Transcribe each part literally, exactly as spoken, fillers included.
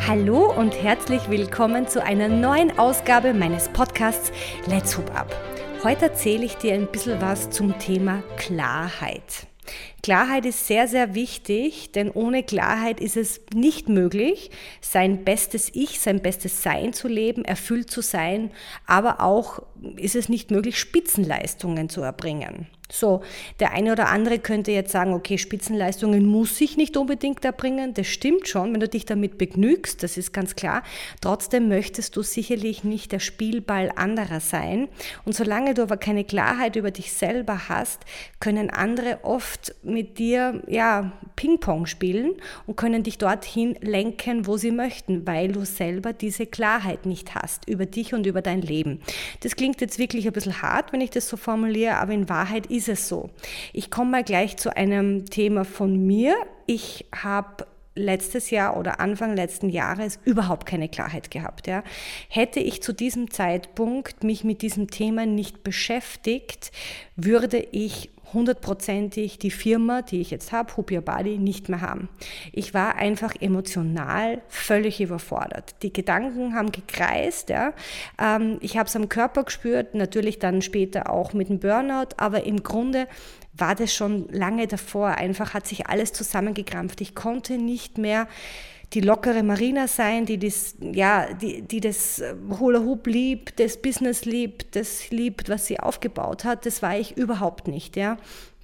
Hallo und herzlich willkommen zu einer neuen Ausgabe meines Podcasts Let's Hub Up. Heute erzähle ich dir ein bisschen was zum Thema Klarheit. Klarheit ist sehr, sehr wichtig, denn ohne Klarheit ist es nicht möglich, sein bestes Ich, sein bestes Sein zu leben, erfüllt zu sein, aber auch ist es nicht möglich, Spitzenleistungen zu erbringen. So, der eine oder andere könnte jetzt sagen, okay, Spitzenleistungen muss ich nicht unbedingt erbringen. Das stimmt schon, wenn du dich damit begnügst, das ist ganz klar. Trotzdem möchtest du sicherlich nicht der Spielball anderer sein. Und solange du aber keine Klarheit über dich selber hast, können andere oft mit dir ja, Ping-Pong spielen und können dich dorthin lenken, wo sie möchten, weil du selber diese Klarheit nicht hast über dich und über dein Leben. Das klingt jetzt wirklich ein bisschen hart, wenn ich das so formuliere, aber in Wahrheit ist es so. Ich komme mal gleich zu einem Thema von mir. Ich habe letztes Jahr oder Anfang letzten Jahres überhaupt keine Klarheit gehabt. Ja. Hätte ich zu diesem Zeitpunkt mich mit diesem Thema nicht beschäftigt, würde ich hundertprozentig die Firma, die ich jetzt habe, Hub Your Body, nicht mehr haben. Ich war einfach emotional völlig überfordert. Die Gedanken haben gekreist. Ja. Ich habe es am Körper gespürt, natürlich dann später auch mit dem Burnout, aber im Grunde war das schon lange davor. Einfach hat sich alles zusammengekrampft. Ich konnte nicht mehr die lockere Marina sein, die das, ja, die, die das Hula Hoop liebt, das Business liebt, das liebt, was sie aufgebaut hat. Das war ich überhaupt nicht, ja.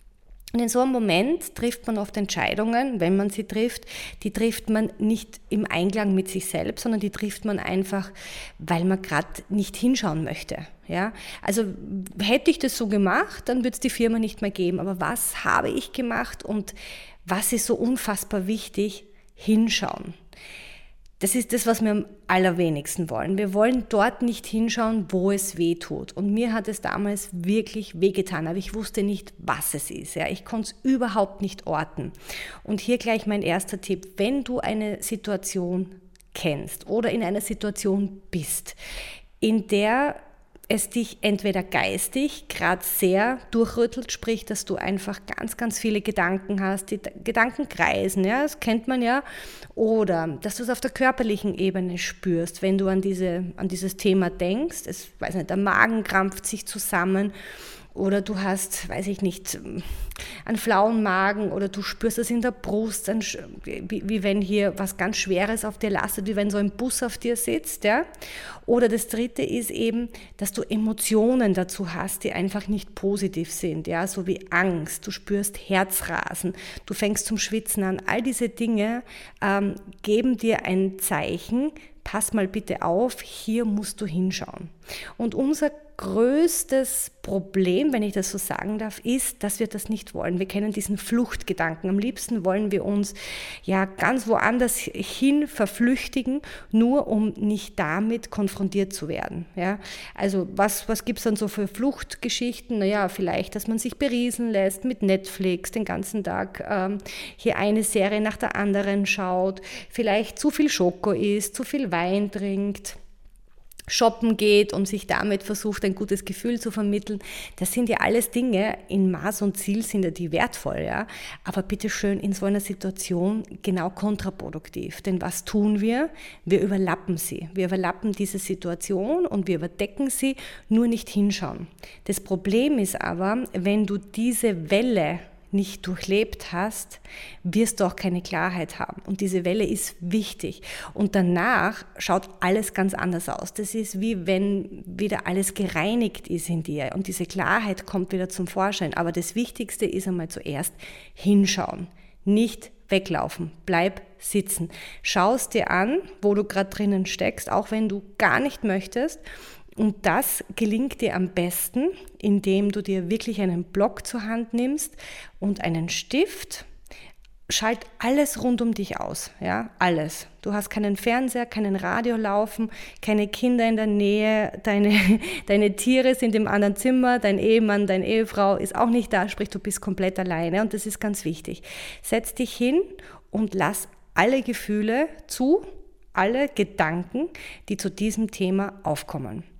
Und in so einem Moment trifft man oft Entscheidungen, wenn man sie trifft, die trifft man nicht im Einklang mit sich selbst, sondern die trifft man einfach, weil man gerade nicht hinschauen möchte. Ja? Also hätte ich das so gemacht, dann würde es die Firma nicht mehr geben. Aber was habe ich gemacht und was ist so unfassbar wichtig? Hinschauen. Das ist das, was wir am allerwenigsten wollen. Wir wollen dort nicht hinschauen, wo es weh tut. Und mir hat es damals wirklich wehgetan, aber ich wusste nicht, was es ist. Ja, ich konnte es überhaupt nicht orten. Und hier gleich mein erster Tipp. Wenn du eine Situation kennst oder in einer Situation bist, in der es dich entweder geistig gerade sehr durchrüttelt, sprich, dass du einfach ganz, ganz viele Gedanken hast, die Gedanken kreisen, ja, das kennt man ja, oder dass du es auf der körperlichen Ebene spürst, wenn du an, diese, an dieses Thema denkst, es, weiß nicht, der Magen krampft sich zusammen, oder du hast, weiß ich nicht, einen flauen Magen oder du spürst es in der Brust, wie, wie wenn hier was ganz Schweres auf dir lastet, wie wenn so ein Bus auf dir sitzt. Ja? Oder das Dritte ist eben, dass du Emotionen dazu hast, die einfach nicht positiv sind, ja? So wie Angst, du spürst Herzrasen, du fängst zum Schwitzen an. All diese Dinge ähm, geben dir ein Zeichen, pass mal bitte auf, hier musst du hinschauen. Und unser größtes Problem, wenn ich das so sagen darf, ist, dass wir das nicht wollen. Wir kennen diesen Fluchtgedanken. Am liebsten wollen wir uns ja ganz woanders hin verflüchtigen, nur um nicht damit konfrontiert zu werden. Ja? Also was, was gibt es dann so für Fluchtgeschichten? Naja, vielleicht, dass man sich berieseln lässt mit Netflix, den ganzen Tag ähm, hier eine Serie nach der anderen schaut, vielleicht zu viel Schoko isst, zu viel Wein trinkt, shoppen geht und sich damit versucht, ein gutes Gefühl zu vermitteln. Das sind ja alles Dinge, in Maß und Ziel sind ja die wertvoll, ja. Aber bitteschön in so einer Situation genau kontraproduktiv. Denn was tun wir? Wir überlappen sie. Wir überlappen diese Situation und wir überdecken sie, nur nicht hinschauen. Das Problem ist aber, wenn du diese Welle nicht durchlebt hast, wirst du auch keine Klarheit haben. Und diese Welle ist wichtig. Und danach schaut alles ganz anders aus. Das ist wie wenn wieder alles gereinigt ist in dir und diese Klarheit kommt wieder zum Vorschein. Aber das Wichtigste ist einmal zuerst hinschauen, nicht weglaufen, bleib sitzen. Schau es dir an, wo du gerade drinnen steckst, auch wenn du gar nicht möchtest. Und das gelingt dir am besten, indem du dir wirklich einen Block zur Hand nimmst und einen Stift. Schalt alles rund um dich aus, ja, alles. Du hast keinen Fernseher, keinen Radio laufen, keine Kinder in der Nähe, deine, deine Tiere sind im anderen Zimmer, dein Ehemann, deine Ehefrau ist auch nicht da, sprich du bist komplett alleine und das ist ganz wichtig. Setz dich hin und lass alle Gefühle zu, alle Gedanken, die zu diesem Thema aufkommen.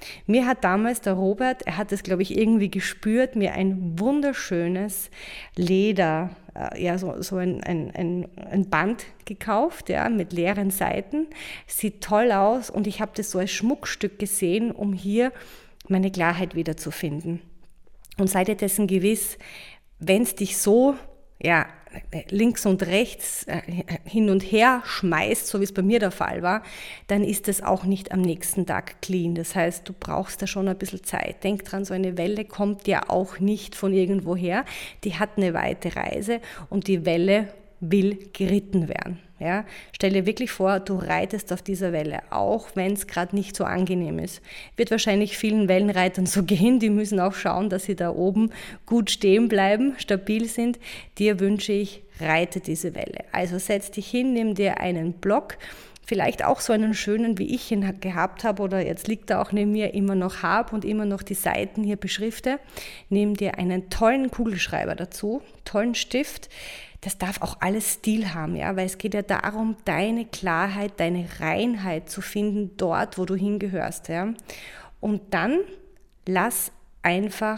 Mir hat damals der Robert, er hat es, glaube ich, irgendwie gespürt, mir ein wunderschönes Leder, äh, ja, so, so ein, ein, ein, ein Band gekauft, ja, mit leeren Seiten. Sieht toll aus und ich habe das so als Schmuckstück gesehen, um hier meine Klarheit wiederzufinden. Und seid ihr dessen gewiss, wenn es dich so, ja, links und rechts äh, hin und her schmeißt, so wie es bei mir der Fall war, dann ist es auch nicht am nächsten Tag clean. Das heißt, du brauchst da schon ein bisschen Zeit. Denk dran, so eine Welle kommt ja auch nicht von irgendwoher. Die hat eine weite Reise und die Welle will geritten werden. Ja? Stell dir wirklich vor, du reitest auf dieser Welle, auch wenn es gerade nicht so angenehm ist. Wird wahrscheinlich vielen Wellenreitern so gehen, die müssen auch schauen, dass sie da oben gut stehen bleiben, stabil sind. Dir wünsche ich, reite diese Welle. Also setz dich hin, nimm dir einen Block, vielleicht auch so einen schönen, wie ich ihn gehabt habe oder jetzt liegt er auch neben mir, immer noch habe und immer noch die Seiten hier beschrifte. Nimm dir einen tollen Kugelschreiber dazu, tollen Stift. Das darf auch alles Stil haben, ja, weil es geht ja darum, deine Klarheit, deine Reinheit zu finden, dort, wo du hingehörst. Ja. Und dann lass einfach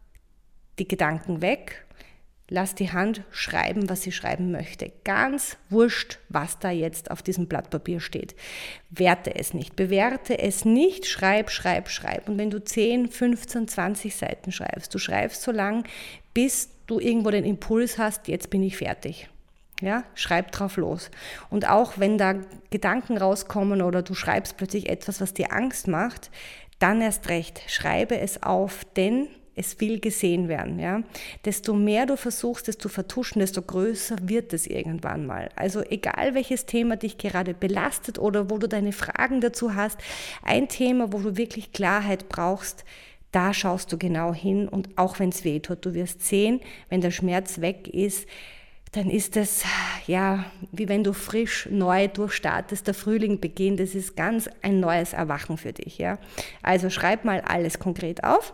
die Gedanken weg, lass die Hand schreiben, was sie schreiben möchte. Ganz wurscht, was da jetzt auf diesem Blatt Papier steht. Werte es nicht, bewerte es nicht, schreib, schreib, schreib. Und wenn du zehn, fünfzehn, zwanzig Seiten schreibst, du schreibst so lang, bis du irgendwo den Impuls hast, jetzt bin ich fertig. Ja, schreib drauf los. Und auch wenn da Gedanken rauskommen oder du schreibst plötzlich etwas, was dir Angst macht, dann erst recht, schreibe es auf, denn es will gesehen werden. Ja? Desto mehr du versuchst, es zu vertuschen, desto größer wird es irgendwann mal. Also egal, welches Thema dich gerade belastet oder wo du deine Fragen dazu hast, ein Thema, wo du wirklich Klarheit brauchst, da schaust du genau hin und auch wenn es weh tut, du wirst sehen, wenn der Schmerz weg ist, dann ist es ja wie wenn du frisch neu durchstartest, der Frühling beginnt, das ist ganz ein neues Erwachen für dich. Ja? Also schreib mal alles konkret auf,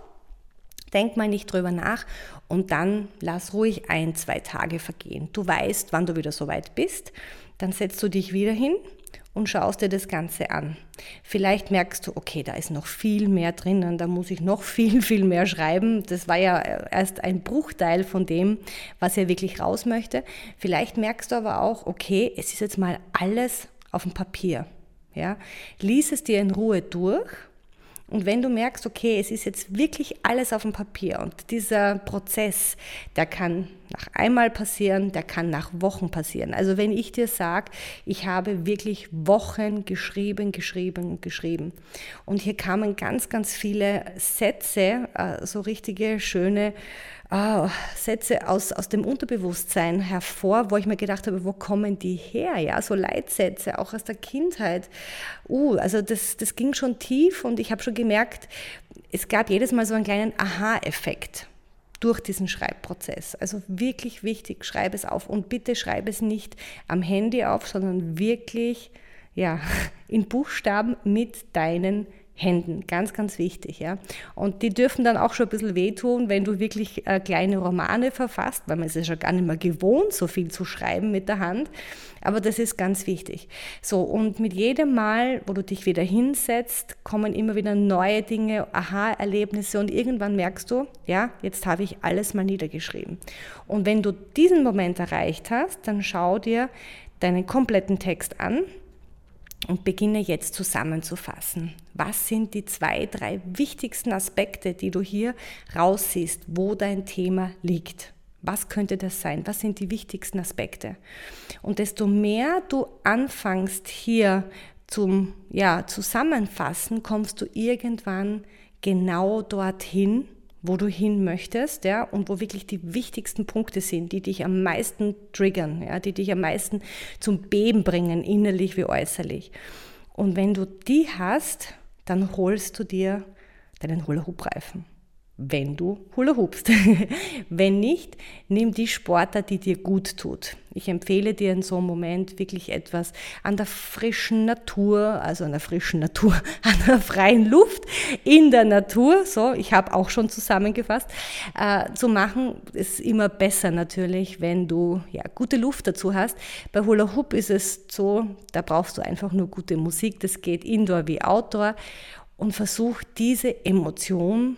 denk mal nicht drüber nach und dann lass ruhig ein, zwei Tage vergehen. Du weißt, wann du wieder so weit bist, dann setzt du dich wieder hin und schaust dir das Ganze an. Vielleicht merkst du, okay, da ist noch viel mehr drinnen, da muss ich noch viel, viel mehr schreiben. Das war ja erst ein Bruchteil von dem, was er wirklich raus möchte. Vielleicht merkst du aber auch, okay, es ist jetzt mal alles auf dem Papier. Ja? Lies es dir in Ruhe durch. Und wenn du merkst, okay, es ist jetzt wirklich alles auf dem Papier und dieser Prozess, der kann nach einmal passieren, der kann nach Wochen passieren. Also wenn ich dir sage, ich habe wirklich Wochen geschrieben, geschrieben, geschrieben und hier kamen ganz, ganz viele Sätze, so richtige schöne Oh, Sätze aus, aus dem Unterbewusstsein hervor, wo ich mir gedacht habe, wo kommen die her? Ja, so Leitsätze, auch aus der Kindheit. Uh, also das, das ging schon tief und ich habe schon gemerkt, es gab jedes Mal so einen kleinen Aha-Effekt durch diesen Schreibprozess. Also wirklich wichtig, schreib es auf und bitte schreib es nicht am Handy auf, sondern wirklich ja, in Buchstaben mit deinen Händen, ganz, ganz wichtig. Ja. Und die dürfen dann auch schon ein bisschen wehtun, wenn du wirklich äh, kleine Romane verfasst, weil man ist ja schon gar nicht mehr gewohnt, so viel zu schreiben mit der Hand. Aber das ist ganz wichtig. So, und mit jedem Mal, wo du dich wieder hinsetzt, kommen immer wieder neue Dinge, Aha-Erlebnisse und irgendwann merkst du, ja, jetzt habe ich alles mal niedergeschrieben. Und wenn du diesen Moment erreicht hast, dann schau dir deinen kompletten Text an und beginne jetzt zusammenzufassen. Was sind die zwei, drei wichtigsten Aspekte, die du hier raussiehst, wo dein Thema liegt? Was könnte das sein? Was sind die wichtigsten Aspekte? Und desto mehr du anfängst hier zum ja, Zusammenfassen, kommst du irgendwann genau dorthin, wo du hin möchtest, ja, und wo wirklich die wichtigsten Punkte sind, die dich am meisten triggern, ja, die dich am meisten zum Beben bringen, innerlich wie äußerlich. Und wenn du die hast, dann holst du dir deinen Hula-Hoop-Reifen, wenn du Hula hoopst. Wenn nicht, nimm die Sportart, die dir gut tut. Ich empfehle dir in so einem Moment wirklich etwas an der frischen Natur, also an der frischen Natur, an der freien Luft, in der Natur, so, ich habe auch schon zusammengefasst, äh, zu machen. Ist immer besser natürlich, wenn du ja, gute Luft dazu hast. Bei Hula Hoop ist es so, da brauchst du einfach nur gute Musik, das geht Indoor wie Outdoor. und versuch diese Emotion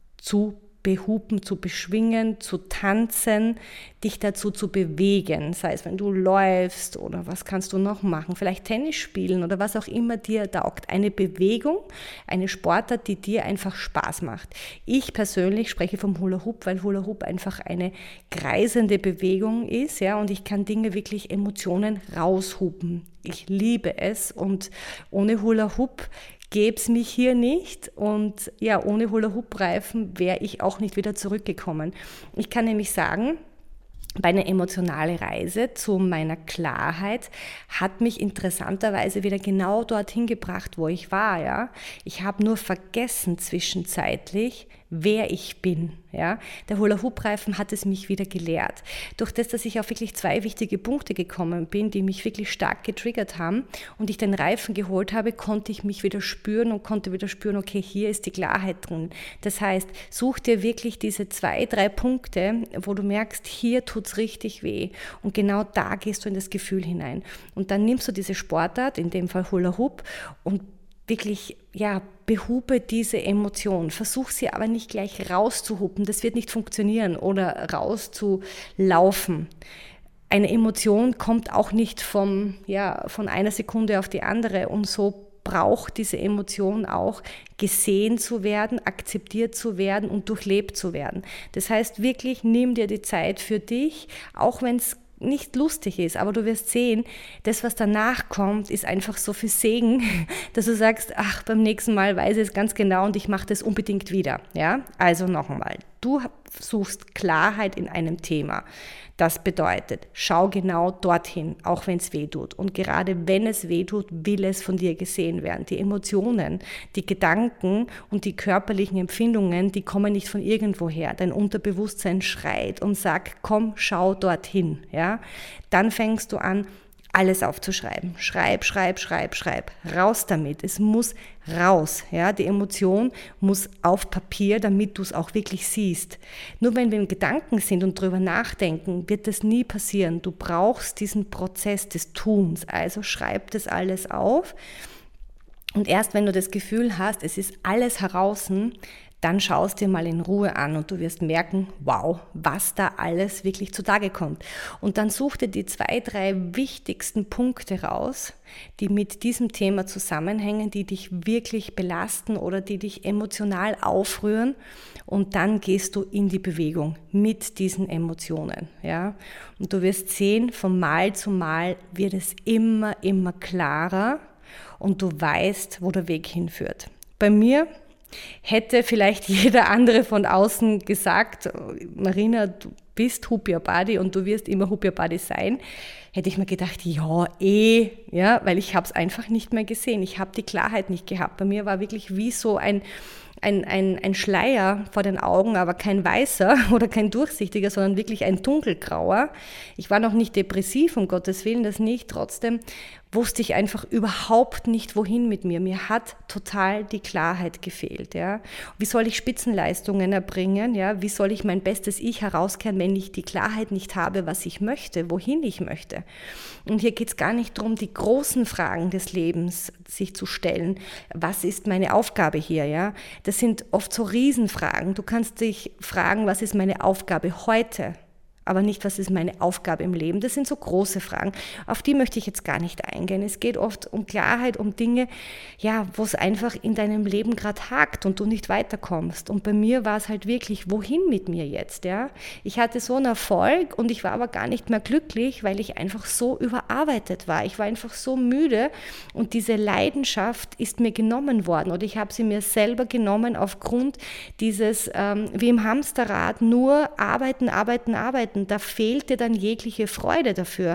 zu behupen, zu beschwingen, zu tanzen, dich dazu zu bewegen, sei es wenn du läufst oder was kannst du noch machen, vielleicht Tennis spielen oder was auch immer dir taugt. Eine Bewegung, eine Sportart, die dir einfach Spaß macht. Ich persönlich spreche vom Hula Hoop, weil Hula Hoop einfach eine kreisende Bewegung ist, ja, und ich kann Dinge wirklich Emotionen raushupen. Ich liebe es und ohne Hula Hoop gäbe es mich hier nicht und ja, ohne Hula-Hoop-Reifen wäre ich auch nicht wieder zurückgekommen. Ich kann nämlich sagen, meine emotionale Reise zu meiner Klarheit hat mich interessanterweise wieder genau dorthin gebracht, wo ich war. Ja? Ich habe nur vergessen zwischenzeitlich, wer ich bin. Ja? Der Hula-Hoop-Reifen hat es mich wieder gelehrt. Durch das, dass ich auf wirklich zwei wichtige Punkte gekommen bin, die mich wirklich stark getriggert haben und ich den Reifen geholt habe, konnte ich mich wieder spüren und konnte wieder spüren, okay, hier ist die Klarheit drin. Das heißt, such dir wirklich diese zwei, drei Punkte, wo du merkst, hier tut es richtig weh. Und genau da gehst du in das Gefühl hinein. Und dann nimmst du diese Sportart, in dem Fall Hula Hoop, und wirklich, ja, behube diese Emotion. Versuch sie aber nicht gleich rauszuhupen. Das wird nicht funktionieren oder rauszulaufen. Eine Emotion kommt auch nicht vom, ja, von einer Sekunde auf die andere und so braucht diese Emotion auch gesehen zu werden, akzeptiert zu werden und durchlebt zu werden. Das heißt wirklich, nimm dir die Zeit für dich, auch wenn es nicht lustig ist, aber du wirst sehen, das, was danach kommt, ist einfach so viel Segen, dass du sagst, ach, beim nächsten Mal weiß ich es ganz genau und ich mache das unbedingt wieder. Ja? Also noch einmal, du suchst Klarheit in einem Thema. Das bedeutet, schau genau dorthin, auch wenn es weh tut. Und gerade wenn es weh tut, will es von dir gesehen werden. Die Emotionen, die Gedanken und die körperlichen Empfindungen, die kommen nicht von irgendwoher. Dein Unterbewusstsein schreit und sagt, komm, schau dorthin. Ja? Dann fängst du an, alles aufzuschreiben. Schreib, schreib, schreib, schreib. Raus damit. Es muss raus. Ja? Die Emotion muss auf Papier, damit du es auch wirklich siehst. Nur wenn wir in Gedanken sind und drüber nachdenken, wird das nie passieren. Du brauchst diesen Prozess des Tuns. Also schreib das alles auf. Und erst wenn du das Gefühl hast, es ist alles heraus, dann schaust dir mal in Ruhe an und du wirst merken, wow, was da alles wirklich zutage kommt. Und dann such dir die zwei, drei wichtigsten Punkte raus, die mit diesem Thema zusammenhängen, die dich wirklich belasten oder die dich emotional aufrühren, und dann gehst du in die Bewegung mit diesen Emotionen. Ja? Und du wirst sehen, von Mal zu Mal wird es immer, immer klarer und du weißt, wo der Weg hinführt. Bei mir hätte vielleicht jeder andere von außen gesagt, Marina, du bist Hoop Your Body und du wirst immer Hoop Your Body sein, hätte ich mir gedacht, ja, eh, ja, weil ich habe es einfach nicht mehr gesehen. Ich habe die Klarheit nicht gehabt. Bei mir war wirklich wie so ein, ein, ein, ein Schleier vor den Augen, aber kein weißer oder kein durchsichtiger, sondern wirklich ein dunkelgrauer. Ich war noch nicht depressiv, um Gottes Willen, das nicht. Trotzdem wusste ich einfach überhaupt nicht, wohin mit mir. Mir hat total die Klarheit gefehlt. Ja. Wie soll ich Spitzenleistungen erbringen? Ja? Wie soll ich mein bestes Ich herauskehren, wenn ich die Klarheit nicht habe, was ich möchte, wohin ich möchte? Und hier geht es gar nicht darum, die großen Fragen des Lebens sich zu stellen. Was ist meine Aufgabe hier? Ja? Das sind oft so Riesenfragen. Du kannst dich fragen, was ist meine Aufgabe heute? Aber nicht, was ist meine Aufgabe im Leben? Das sind so große Fragen. Auf die möchte ich jetzt gar nicht eingehen. Es geht oft um Klarheit, um Dinge, ja, wo es einfach in deinem Leben gerade hakt und du nicht weiterkommst. Und bei mir war es halt wirklich, wohin mit mir jetzt? Ja? Ich hatte so einen Erfolg und ich war aber gar nicht mehr glücklich, weil ich einfach so überarbeitet war. Ich war einfach so müde und diese Leidenschaft ist mir genommen worden oder ich habe sie mir selber genommen aufgrund dieses, ähm, wie im Hamsterrad, nur arbeiten, arbeiten, arbeiten. Da fehlte dann jegliche Freude dafür.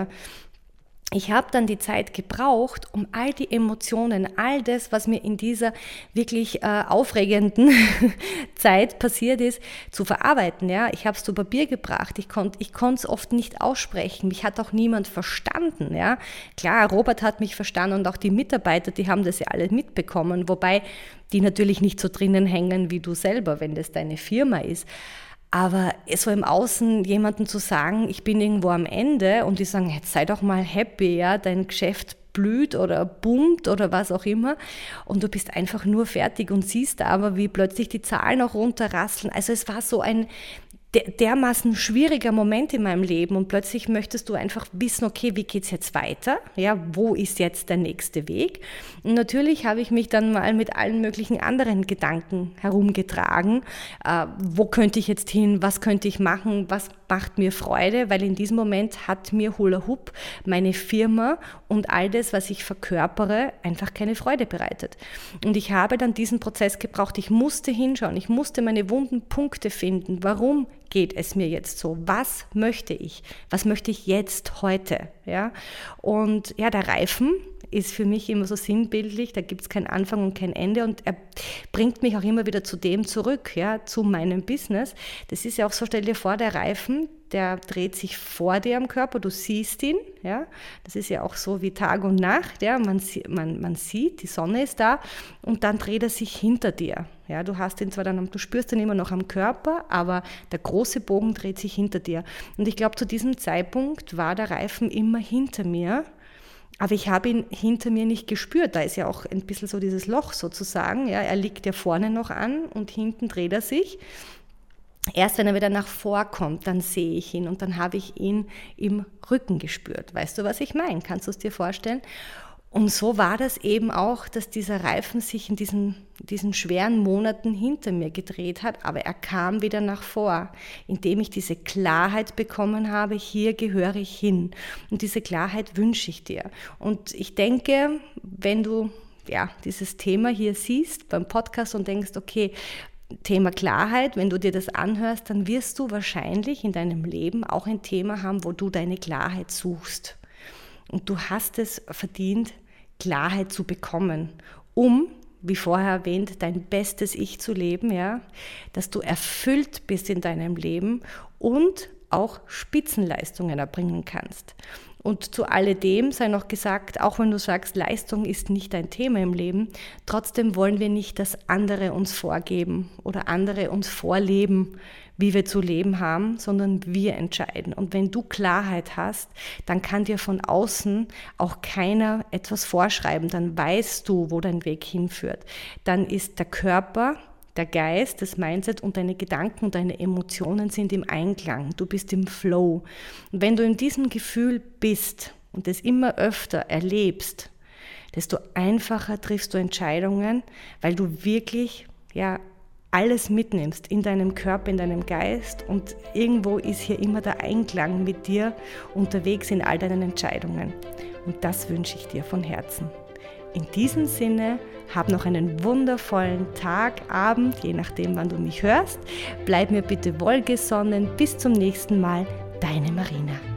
Ich habe dann die Zeit gebraucht, um all die Emotionen, all das, was mir in dieser wirklich äh, aufregenden Zeit passiert ist, zu verarbeiten. Ja? Ich habe es zu Papier gebracht. Ich konnte ich konnte es oft nicht aussprechen. Mich hat auch niemand verstanden. Ja? Klar, Robert hat mich verstanden und auch die Mitarbeiter, die haben das ja alle mitbekommen, wobei die natürlich nicht so drinnen hängen wie du selber, wenn das deine Firma ist. Aber so im Außen jemandem zu sagen, ich bin irgendwo am Ende und die sagen, jetzt sei doch mal happy, ja, dein Geschäft blüht oder boomt oder was auch immer und du bist einfach nur fertig und siehst aber, wie plötzlich die Zahlen auch runterrasseln. Also es war so ein dermaßen schwieriger Moment in meinem Leben und plötzlich möchtest du einfach wissen, okay, wie geht's jetzt weiter? Ja, wo ist jetzt der nächste Weg? Und natürlich habe ich mich dann mal mit allen möglichen anderen Gedanken herumgetragen. Äh, wo könnte ich jetzt hin? Was könnte ich machen? Was macht mir Freude? Weil in diesem Moment hat mir Hula Hoop, meine Firma und all das, was ich verkörpere, einfach keine Freude bereitet. Und ich habe dann diesen Prozess gebraucht. Ich musste hinschauen. Ich musste meine wunden Punkte finden. Warum geht es mir jetzt so? Was möchte ich? Was möchte ich jetzt, heute? Ja? Und ja, der Reifen ist für mich immer so sinnbildlich, da gibt es keinen Anfang und kein Ende und er bringt mich auch immer wieder zu dem zurück, ja, zu meinem Business. Das ist ja auch so, stell dir vor, der Reifen, der dreht sich vor dir am Körper, du siehst ihn, ja, das ist ja auch so wie Tag und Nacht, ja, man, man, man sieht, die Sonne ist da und dann dreht er sich hinter dir, ja, du hast ihn zwar dann, du spürst ihn immer noch am Körper, aber der große Bogen dreht sich hinter dir und ich glaube, zu diesem Zeitpunkt war der Reifen immer hinter mir. Aber ich habe ihn hinter mir nicht gespürt. Da ist ja auch ein bisschen so dieses Loch sozusagen. Ja, er liegt ja vorne noch an und hinten dreht er sich. Erst wenn er wieder nach vorkommt, dann sehe ich ihn und dann habe ich ihn im Rücken gespürt. Weißt du, was ich meine? Kannst du es dir vorstellen? Und so war das eben auch, dass dieser Reifen sich in diesen, diesen schweren Monaten hinter mir gedreht hat, aber er kam wieder nach vor, indem ich diese Klarheit bekommen habe, hier gehöre ich hin. Und diese Klarheit wünsche ich dir. Und ich denke, wenn du ja, dieses Thema hier siehst beim Podcast und denkst, okay, Thema Klarheit, wenn du dir das anhörst, dann wirst du wahrscheinlich in deinem Leben auch ein Thema haben, wo du deine Klarheit suchst. Und du hast es verdient, Klarheit zu bekommen, um, wie vorher erwähnt, dein bestes Ich zu leben, ja, dass du erfüllt bist in deinem Leben und auch Spitzenleistungen erbringen kannst. Und zu alledem sei noch gesagt, auch wenn du sagst, Leistung ist nicht dein Thema im Leben, trotzdem wollen wir nicht, dass andere uns vorgeben oder andere uns vorleben, wie wir zu leben haben, sondern wir entscheiden. Und wenn du Klarheit hast, dann kann dir von außen auch keiner etwas vorschreiben. Dann weißt du, wo dein Weg hinführt. Dann ist der Körper, der Geist, das Mindset und deine Gedanken und deine Emotionen sind im Einklang. Du bist im Flow. Und wenn du in diesem Gefühl bist und das immer öfter erlebst, desto einfacher triffst du Entscheidungen, weil du wirklich, ja, alles mitnimmst in deinem Körper, in deinem Geist und irgendwo ist hier immer der Einklang mit dir unterwegs in all deinen Entscheidungen. Und das wünsche ich dir von Herzen. In diesem Sinne, hab noch einen wundervollen Tag, Abend, je nachdem, wann du mich hörst. Bleib mir bitte wohlgesonnen. Bis zum nächsten Mal, deine Marina.